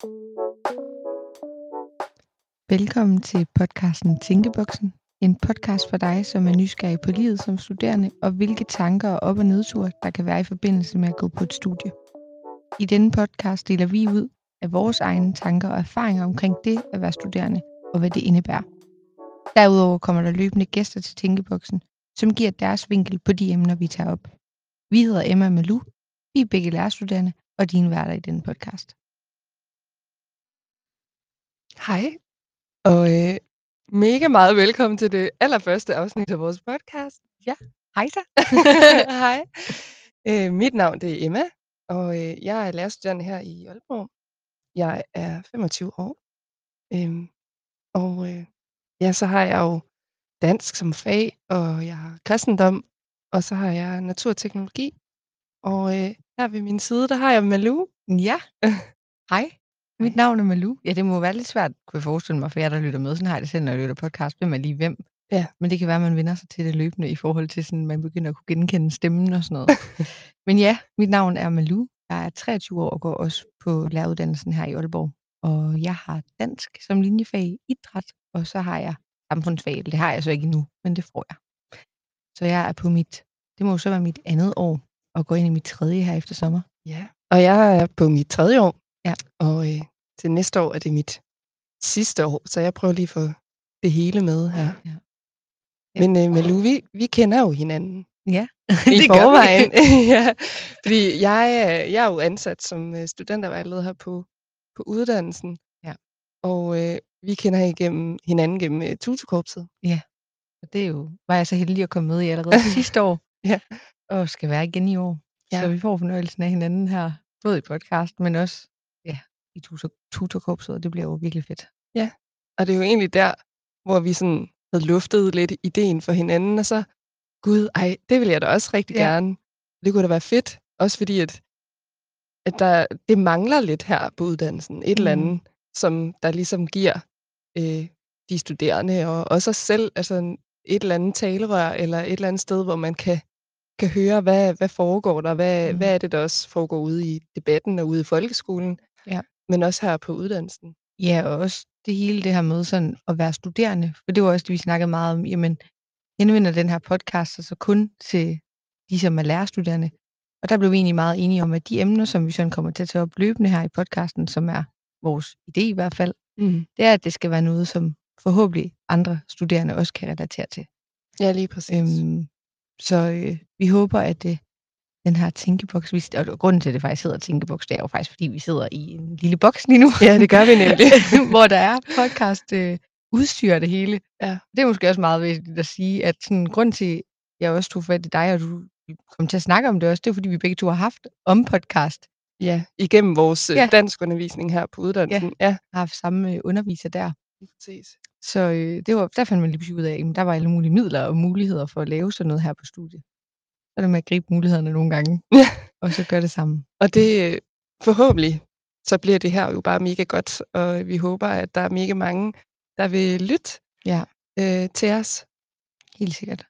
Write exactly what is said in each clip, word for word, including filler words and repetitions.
Velkommen til podcasten Tænkeboksen. En podcast for dig, som er nysgerrig på livet som studerende, og hvilke tanker og op- og nedture, der kan være i forbindelse med at gå på et studie. I denne podcast deler vi ud af vores egne tanker og erfaringer omkring det at være studerende, og hvad det indebærer. Derudover kommer der løbende gæster til Tænkeboksen, som giver deres vinkel på de emner, vi tager op. Vi hedder Emma og Malou, vi er begge lærerstuderende, og dine værter i denne podcast. Hej, og øh, mega meget velkommen til det allerførste afsnit af vores podcast. Ja, hej så. Hej. Øh, mit navn det er Emma, og øh, jeg er lærerstuderende her i Aalborg. Jeg er femogtyve år, øhm, og øh, ja, så har jeg jo dansk som fag, og jeg har kristendom, og så har jeg naturteknologi. Og øh, her ved min side, der har jeg Malou. Ja, hej. Mit navn er Malou. Ja, det må være lidt svært, kunne jeg forestille mig, for jer, der lytter med. Sådan har jeg det selv, når jeg lytter podcast. Hvem er lige hvem? Ja. Men det kan være, at man vender sig til det løbende i forhold til, sådan, man begynder at kunne genkende stemmen og sådan noget. Men ja, mit navn er Malou. Jeg er treogtyve år og går også på læreruddannelsen her i Aalborg. Og jeg har dansk som linjefag, idræt, og så har jeg samfundsfag. Det har jeg så ikke endnu, men det får jeg. Så jeg er på mit, det må så være mit andet år, og går ind i mit tredje her efter sommer. Ja, og jeg er på mit tredje år. Ja. Og øh, til næste år er det mit sidste år, så jeg prøver lige at få det hele med her. Ja. Ja. Men øh, Malou, vi, vi kender jo hinanden. Ja, i det gør forvejen. vi. Ja, fordi jeg, øh, jeg er jo ansat som øh, studentervejleder her på, på uddannelsen. Ja. Og øh, vi kender igennem, hinanden gennem øh, tutorkorpset. Ja, og det er jo, var jeg så heldig at komme med i allerede sidste år. Ja. Og skal være igen i år. Ja. Så vi får fornøjelsen af hinanden her, både i podcast, men også ja, i tutor- tutorkorpset, og det bliver jo virkelig fedt. Ja, og det er jo egentlig der, hvor vi sådan havde luftet lidt ideen for hinanden, og så, gud, ej, det vil jeg da også rigtig Ja. gerne. Det kunne da være fedt, også fordi, at, at der, det mangler lidt her på uddannelsen. Et mm. eller andet, som der ligesom giver øh, de studerende, og også os selv, altså et eller andet talerør, eller et eller andet sted, hvor man kan, kan høre, hvad, hvad foregår der, hvad, mm. hvad er det, der også foregår ude i debatten og ude i folkeskolen, Ja. men også her på uddannelsen. Ja, og også det hele det her med sådan at være studerende, for det var også det, vi snakkede meget om, jamen, henvender den her podcast altså kun til de, som er lærerstuderende. Og der blev vi egentlig meget enige om, at de emner, som vi sådan kommer til at tage op løbende her i podcasten, som er vores idé i hvert fald, Mm. det er, at det skal være noget, som forhåbentlig andre studerende også kan relatere til. Ja, lige præcis. Øhm, så øh, vi håber, at øh, den her tænkeboks, vi, og grunden til, at det faktisk hedder tænkeboks, det er jo faktisk, fordi vi sidder i en lille boks lige nu. Ja, det gør vi nemlig. hvor der er podcast øh, udstyr det hele. Ja. Det er måske også meget væsentligt at sige, at sådan, grund til, at jeg også tog fat i dig, og du kom til at snakke om det også, det er fordi, vi begge to har haft om podcast. Ja, igennem vores Ja. ja. danskundervisning her på uddannelsen. Ja, Ja. Har haft samme øh, underviser der. præcis. Så øh, det var, der fandt man lige pludselig ud af, at der var alle mulige midler og muligheder for at lave sådan noget her på studiet. Så er det med at gribe mulighederne nogle gange, Ja. og så gøre det samme. Og det forhåbentlig, så bliver det her jo bare mega godt, og vi håber, at der er mega mange, der vil lytte Ja. øh, til os. Helt sikkert.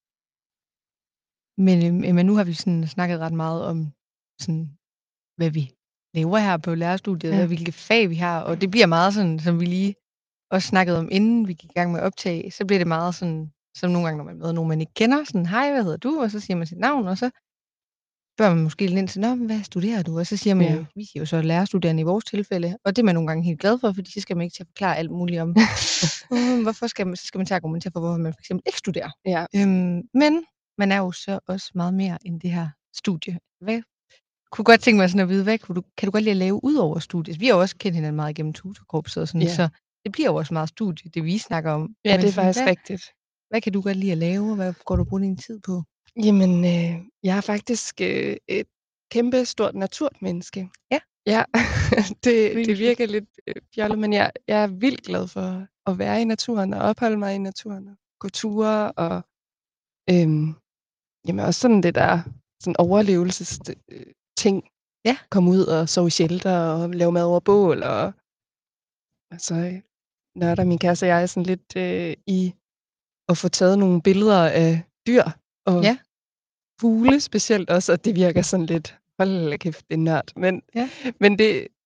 Men, øh, men nu har vi sådan snakket ret meget om, sådan, hvad vi laver her på lærerstudiet, Ja. ja. hvilke fag vi har, og det bliver meget sådan, som vi lige også snakkede om, inden vi gik i gang med at optage, så bliver det meget sådan, som nogle gange, når man møder nogen, man ikke kender, sådan, hej, hvad hedder du? Og så siger man sit navn, og så spørger man måske lidt ind til, nå, men hvad studerer du? Og så siger man Ja. jo, vi siger jo så lærerstuderende i vores tilfælde, og det er man nogle gange helt glad for, fordi så skal man ikke til at forklare alt muligt om, uh, hvorfor skal man, så skal man til at argumentere for, hvorfor man for eksempel ikke studerer. Ja. Øhm, men man er jo så også meget mere end det her studie. Hvad kunne godt tænke mig sådan at vide, hvad kan du, kan du godt lide at lave ud over studiet? Vi har jo også kendt hinanden meget gennem tutorkorpset og sådan, Ja. så det bliver jo også meget studie, det vi snakker om. Ja, Men det er sådan, faktisk hvad, rigtigt. hvad kan du godt lide at lave, og hvad går du bruge din tid på? Jamen, øh, jeg er faktisk øh, et kæmpe stort naturmenneske. Ja. Ja, det, Vildt det virker lidt øh, fjollet, men jeg, jeg er vildt glad for at være i naturen og opholde mig i naturen og gå ture og øhm, jamen også sådan det der sådan overlevelses øh, ting. Ja. Komme ud og sove i shelter og lave mad over bål og altså øh, nørder min kæreste og jeg er sådan lidt øh, i at få taget nogle billeder af dyr og Ja. fugle specielt også, og det virker sådan lidt, hold kæft, det er nørd. Men, Ja. men det,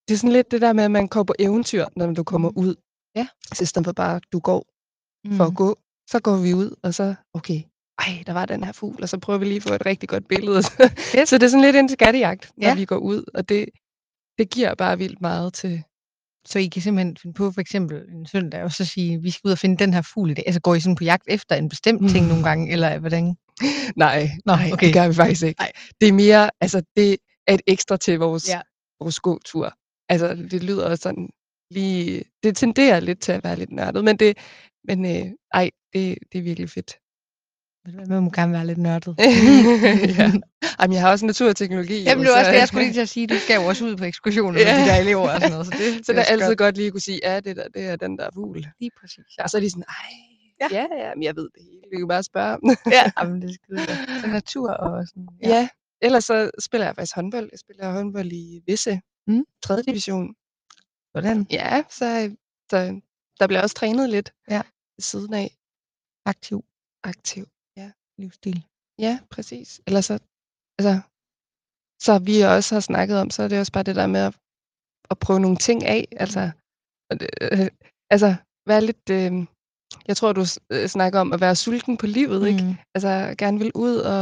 det er sådan lidt det der med, at man går på eventyr, når du kommer Mhm. ud. Ja. Så i stedet for bare, du går for at Mm. gå, så går vi ud, og så, okay, ej, der var den her fugl, og så prøver vi lige at få et rigtig godt billede. Fedt. Så det er sådan lidt en skattejagt, når Ja. vi går ud, og det, det giver bare vildt meget til. Så I kan simpelthen finde på for eksempel en søndag, og så sige, vi skal ud og finde den her fugl i dag. Altså går I sådan på jagt efter en bestemt ting nogle gange, eller hvordan? Nej, Nå, nej, okay. det gør vi faktisk ikke. Nej. Det er mere, altså det er et ekstra til vores, Ja. vores gåtur. Altså det lyder også sådan lige, det tenderer lidt til at være lidt nørdet, men det, men øh, ej, det, det er virkelig fedt. Man må gerne være lidt nørdet. Ja. Jamen, jeg har også naturteknologi. Jamen, det var også det, jeg skulle lige til at sige. Du skal jo også ud på ekskursioner Ja. med de der elever og sådan noget. Så det, Så det det er også altid godt. godt lige at kunne sige, ja, det, der, det er den der fugl. Lige præcis. Ja. Og så er de sådan, ej, Ja. ja, ja, men jeg ved det hele. Vi kan bare spørge. Ja, jamen, det er skide godt. Så natur og sådan. Ja. ja, ellers så spiller jeg faktisk håndbold. Jeg spiller håndbold i Visse, Mm. tredje division. Hvordan? Ja, så, så der bliver også trænet lidt Ja. ved siden af. Aktiv. Aktiv, ja. Livsstil. Ja, præcis. Ellers så, altså, så vi også har snakket om, så er det også bare det der med at, at prøve nogle ting af. Altså, øh, altså være lidt, øh, jeg tror du øh, snakker om at være sulten på livet, Mm. ikke? Altså gerne vil ud og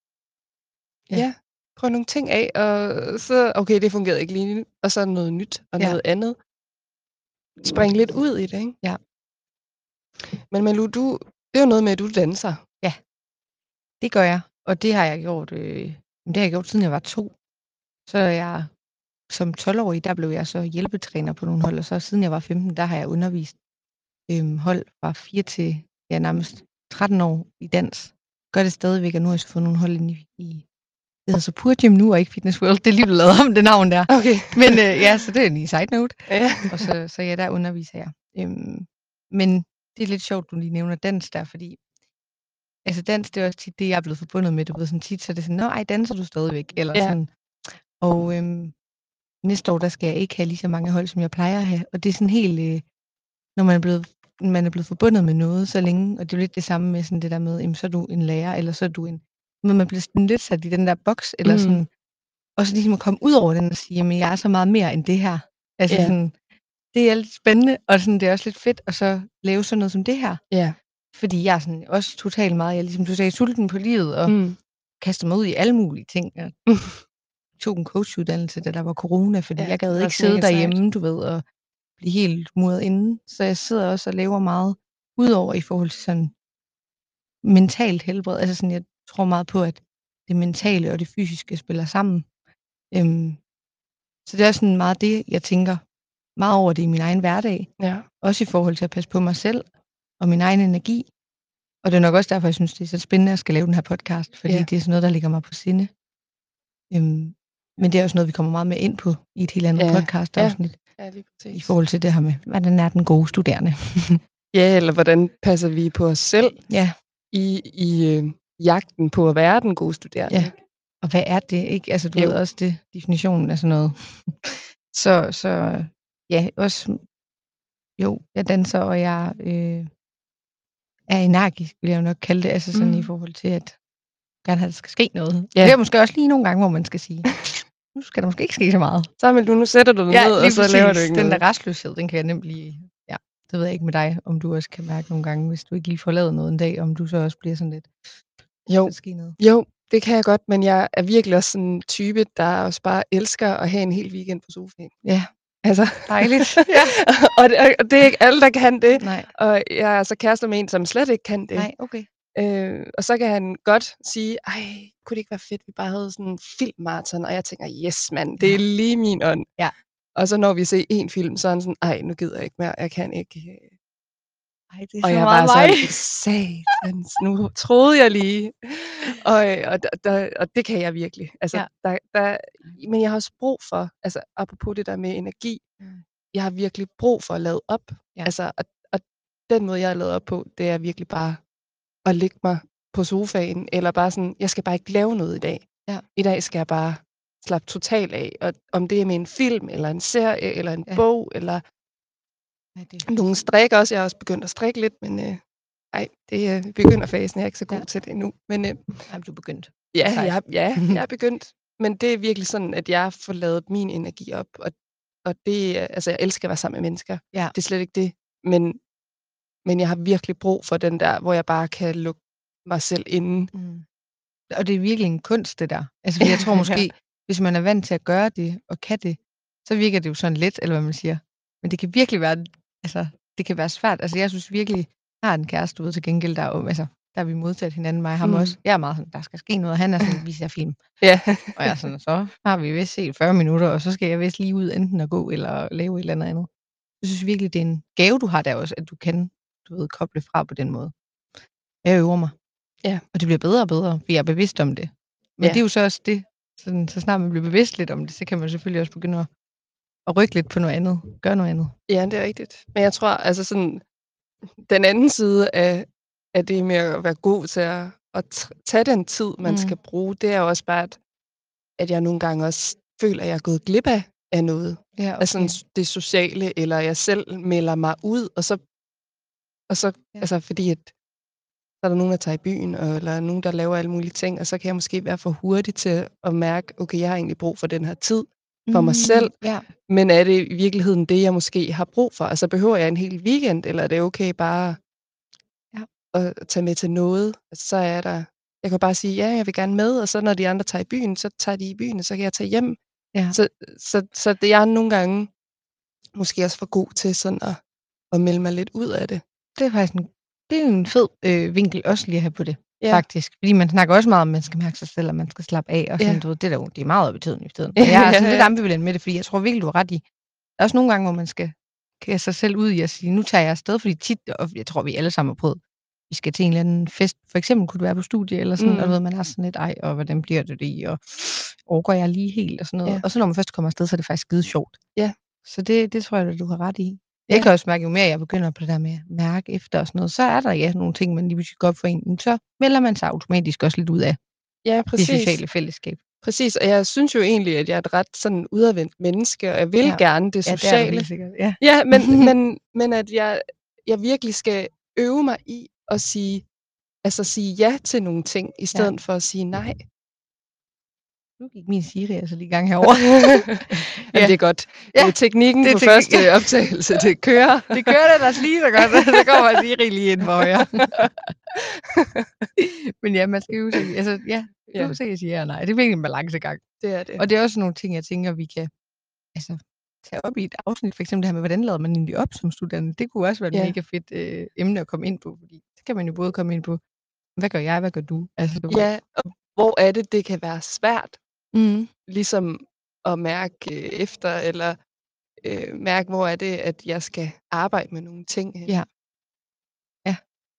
ja. ja, prøve nogle ting af, og så, okay, det fungerede ikke lige nu, og så noget nyt og Ja. noget andet. Spring lidt ud i det, ikke? Ja. Men Malou, du, det er jo noget med, at du danser. Ja, det gør jeg, og det har jeg gjort, øh, det har jeg gjort, siden jeg var to. Så er jeg, som tolv-årig, der blev jeg så hjælpetræner på nogle hold, og så siden jeg var femten, der har jeg undervist øh, hold fra fire til ja, nærmest tretten år i dans. Gør det stadigvæk, og nu har jeg så fået nogle hold ind i, i det hedder så Pure Gym nu, og ikke Fitness World. Det er lige blevet lavet om, det navn der. Okay. Men øh, ja, så det er en lige side note. Ja. Og så, så ja, der underviser jeg. Øhm, men det er lidt sjovt, du lige nævner dans der, fordi altså dans, det er også tit det, jeg er blevet forbundet med. Du ved, sådan tit, så er det sådan, nå, ej, danser du stadigvæk? Eller Ja. sådan. Og øhm, næste år, der skal jeg ikke have lige så mange hold, som jeg plejer at have. Og det er sådan helt, øh, når man er blevet man er blevet forbundet med noget så længe, og det er jo lidt det samme med sådan det der med, jamen, så er du en lærer, eller så er du en, men man bliver sådan lidt sat i den der boks, eller Mm. sådan, og så ligesom at komme ud over den og sige, jamen jeg er så meget mere end det her. Altså Ja. sådan, det er lidt spændende, og sådan, det er også lidt fedt at så lave sådan noget som det her. Ja. Fordi jeg er sådan også totalt meget, jeg er ligesom du sagde, sulten på livet, og Mm. kaster mig ud i alle mulige ting. Jeg tog en coachuddannelse, da der var corona, fordi Ja, jeg det gad er ikke også sidde mega sejt. derhjemme, du ved, og blive helt muret inde. Så jeg sidder også og laver meget udover i forhold til sådan mentalt helbred. Altså sådan, jeg tror meget på, at det mentale og det fysiske spiller sammen. Øhm, så det er sådan meget det, jeg tænker meget over det i min egen hverdag. Ja. Også i forhold til at passe på mig selv og min egen energi. Og det er nok også derfor, jeg synes, det er så spændende at skal lave den her podcast, fordi Ja. det er sådan noget, der ligger mig på sinde. Øhm, men det er også noget, vi kommer meget mere ind på i et helt andet Ja. podcast afsnit, Ja, lige præcis. i forhold til det her med, hvordan er den gode studerende? Ja, eller hvordan passer vi på os selv Ja, i, i øh, jagten på at være den gode studerende. Ja. Ikke? og hvad er det, ikke? Altså, du Jo. ved også det, definitionen af sådan noget. så, så, ja, også, jo, jeg danser, og jeg øh, er energisk, vil jeg jo nok kalde det, altså sådan Mm. mm. i forhold til, at gerne have, at der skal ske noget. Ja. Det er måske også lige nogle gange, hvor man skal sige, nu skal der måske ikke ske så meget. Så men du, nu sætter du dig ned, og så præcis. laver du ikke Den noget. der restløshed, den kan jeg nemt lige, ja, det ved jeg ikke med dig, om du også kan mærke nogle gange, hvis du ikke lige får lavet noget en dag, om du så også bliver sådan lidt, Jo. der sker noget. Jo, det kan jeg godt, men jeg er virkelig også sådan en type, der også bare elsker at have en hel weekend på sofaen. Ja, Altså, dejligt. Ja. og, det, og det er ikke alle, der kan det. Nej, Og jeg er så kærester med en, som slet ikke kan det. nej, okay. Øh, og så kan han godt sige, ej, kunne det ikke være fedt, vi bare havde sådan en filmmarathon? Og jeg tænker, yes mand, det er lige min ånd. Ja. Og så når vi ser en film, så er han sådan, ej, nu gider jeg ikke mere, jeg kan ikke. Ej, det er Og så jeg meget var mig. sådan, satans, nu troede jeg lige. Og, øh, og, der, og det kan jeg virkelig. Altså, Ja. der, der, men jeg har også brug for, altså apropos det der med energi, Mm. jeg har virkelig brug for at lade op. Ja. Altså, og, og den måde, jeg er lavet op på, det er virkelig bare at lægge mig på sofaen, eller bare sådan, jeg skal bare ikke lave noget i dag. Ja. I dag skal jeg bare slappe totalt af. Og om det er med en film, eller en serie, eller en Ja. bog, eller Ja, det er nogle strikker også. Jeg har også begyndt at strikke lidt, men øh, ej, det er øh, begynderfasen. Jeg er ikke så god Ja. til det endnu. Men øh, Jamen, du er begyndt. ja, Sejt. jeg, ja, jeg er begyndt. Men det er virkelig sådan, at jeg får lavet min energi op. Og og det, altså jeg elsker at være sammen med mennesker. Ja. Det er slet ikke det. Men, men jeg har virkelig brug for den der, hvor jeg bare kan lukke mig selv inde. Mm. Og det er virkelig en kunst, det der. Altså, fordi jeg tror måske, ja. hvis man er vant til at gøre det, og kan det, så virker det jo sådan let, eller hvad man siger. Men det kan virkelig være, altså, det kan være svært. Altså, jeg synes virkelig, jeg har en kæreste ude til gengæld, der er jo, altså, der har vi modtaget hinanden, mig og ham mm. også. Jeg er meget sådan, der skal ske noget, han er sådan, vi ser film. Ja. Og jeg er sådan, så har vi vist set fyrre minutter, og så skal jeg vist lige ud enten at gå, eller lave et eller andet andet. Jeg synes virkelig, det er en gave, du har der også, at du kan, du ved, koble fra på den måde. Jeg øver mig. Ja. Og det bliver bedre og bedre, fordi jeg er bevidst om det. Men ja. det er jo så også det, sådan, så snart man bliver bevidst lidt om det, så kan man selvfølgelig også begynde at, at rykke lidt på noget andet, gøre noget andet. Ja, det er rigtigt. Men jeg tror, altså sådan, den anden side af, af det med at være god til at, at tage den tid, man mm. skal bruge, det er jo også bare, at, at jeg nogle gange også føler, at jeg er gået glip af, af noget. Ja, okay. Altså det sociale, eller jeg selv melder mig ud, og så, og så ja. altså fordi at så er der nogen, der tager i byen, eller nogen, der laver alle mulige ting, og så kan jeg måske være for hurtig til at mærke, okay, jeg har egentlig brug for den her tid for mm, mig selv, ja. men er det i virkeligheden det, jeg måske har brug for? Altså behøver jeg en hel weekend, eller er det okay bare ja. at tage med til noget? Altså, så er der, jeg kan bare sige, ja, jeg vil gerne med, og så når de andre tager i byen, så tager de i byen, og så kan jeg tage hjem. Ja. Så, så, så det er nogle gange måske også for god til sådan at, at melde mig lidt ud af det. Det er faktisk en Det er en fed øh, vinkel også lige at have på det, ja. faktisk. Fordi man snakker også meget om, at man skal mærke sig selv, og man skal slappe af. Og sådan, ja. du ved, det, der, det er meget op i tiden i stedet. Og jeg er sådan lidt ambivalent med det, fordi jeg tror virkelig, du har ret i. Der er også nogle gange, hvor man skal kaste sig selv ud i at sige, nu tager jeg afsted, fordi tit, og jeg tror, vi alle sammen har prøvet, vi skal til en eller anden fest. For eksempel kunne du være på studie, eller sådan, mm. og ved, man er sådan lidt, ej, og hvordan bliver det det, og overgår jeg lige helt, og sådan noget. Ja. Og så når man først kommer afsted, så er det faktisk skide sjovt. Ja. Så det, det tror jeg, du har ret i. Jeg kan også mærke, jo mere jeg begynder på det der med at mærke efter og sådan noget, så er der ja nogle ting, man lige pludselig går op for en, så melder man sig automatisk også lidt ud af ja, præcis. det sociale fællesskab. Præcis, og jeg synes jo egentlig, at jeg er et ret sådan udadvendt menneske, og jeg vil ja. gerne det sociale. Ja, det er det sikkert. Ja, ja men, men, men at jeg, jeg virkelig skal øve mig i at sige, altså sige ja til nogle ting, i stedet ja. for at sige nej. Nu gik min Siri altså lige i gang herovre. ja. Det er godt. Ja. Teknikken det på teknik. første optagelse, det kører. det kører det ellers lige så godt, så kommer Siri lige ind for højre. Men ja, man skal jo se, altså ja, ja. Du se, sige ja og nej. Det er virkelig en balancegang. Det er det. Og det er også nogle ting, jeg tænker, vi kan altså, tage op i et afsnit. For eksempel det her med, hvordan lader man egentlig op som studerende. Det kunne også være et ja. mega fedt øh, emne at komme ind på, fordi så kan man jo både komme ind på, hvad gør jeg, hvad gør du? Altså, du ja, og hvor er det, det kan være svært. Mm. Ligesom at mærke øh, efter, eller øh, mærke, hvor er det, at jeg skal arbejde med nogle ting. Ja. Ja.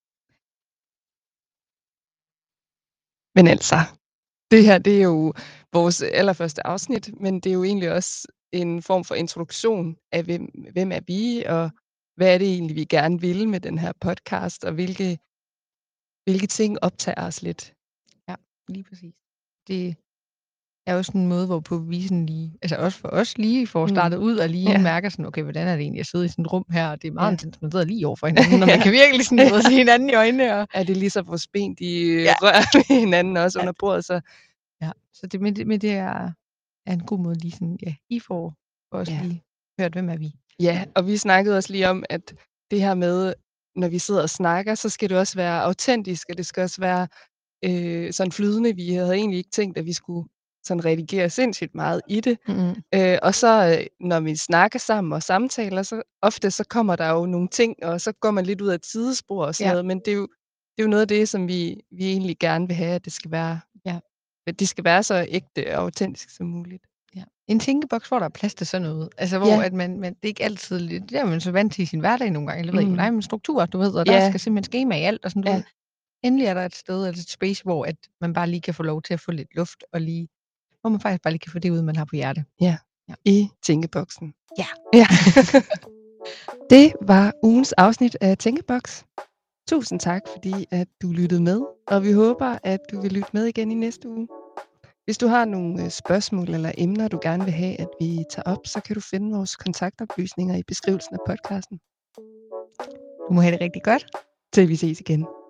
Men altså, det her, det er jo vores allerførste afsnit, men det er jo egentlig også en form for introduktion af, hvem, hvem er vi, og hvad er det egentlig, vi gerne vil med den her podcast, og hvilke, hvilke ting optager os lidt. Ja, lige præcis. Det er også en måde, hvorpå vi sådan lige, altså også for os lige får startet mm. ud, og lige ja. mærker sådan, okay, hvordan er det egentlig at sidde i sådan et rum her, og det er meget ja. intens, man sidder lige over for hinanden, og man kan virkelig sådan noget, se hinanden i øjnene. Og... Er det lige så vores ben, de ja. rører med hinanden også ja. under bordet, så... Ja, så det, men, det, men det er, er en god måde lige sådan, ja, I får også ja. lige hørt, hvem er vi. Ja, og vi snakkede også lige om, at det her med, når vi sidder og snakker, så skal det også være autentisk, og det skal også være øh, sådan flydende. Vi havde egentlig ikke tænkt, at vi skulle sådan redigere sindssygt meget i det. Mm-hmm. Øh, og så, når vi snakker sammen og samtaler, så ofte så kommer der jo nogle ting, og så går man lidt ud af et sidespor og sådan ja. noget, men det er, jo, det er jo noget af det, som vi, vi egentlig gerne vil have, at det skal være, ja. at det skal være så ægte og autentisk som muligt. Ja. En tænkeboks, hvor der er plads til sådan noget. Altså, hvor ja. at man, man, det er ikke altid lidt, det er man så vant til i sin hverdag nogle gange, eller ved mm. ikke, nej, men struktur, du ved, og der ja. skal simpelthen skema i alt, og sådan, du ja. ved. Endelig er der et sted, eller et space, hvor at man bare lige kan få lov til at få lidt luft, og lige, hvor man faktisk bare lige kan få det ud, man har på hjerte. Ja, ja. I tænkeboksen. Ja. ja. Det var ugens afsnit af Tænkeboks. Tusind tak, fordi at du lyttede med, og vi håber, at du vil lytte med igen i næste uge. Hvis du har nogle spørgsmål eller emner, du gerne vil have, at vi tager op, så kan du finde vores kontaktoplysninger i beskrivelsen af podcasten. Du må have det rigtig godt. Til vi ses igen.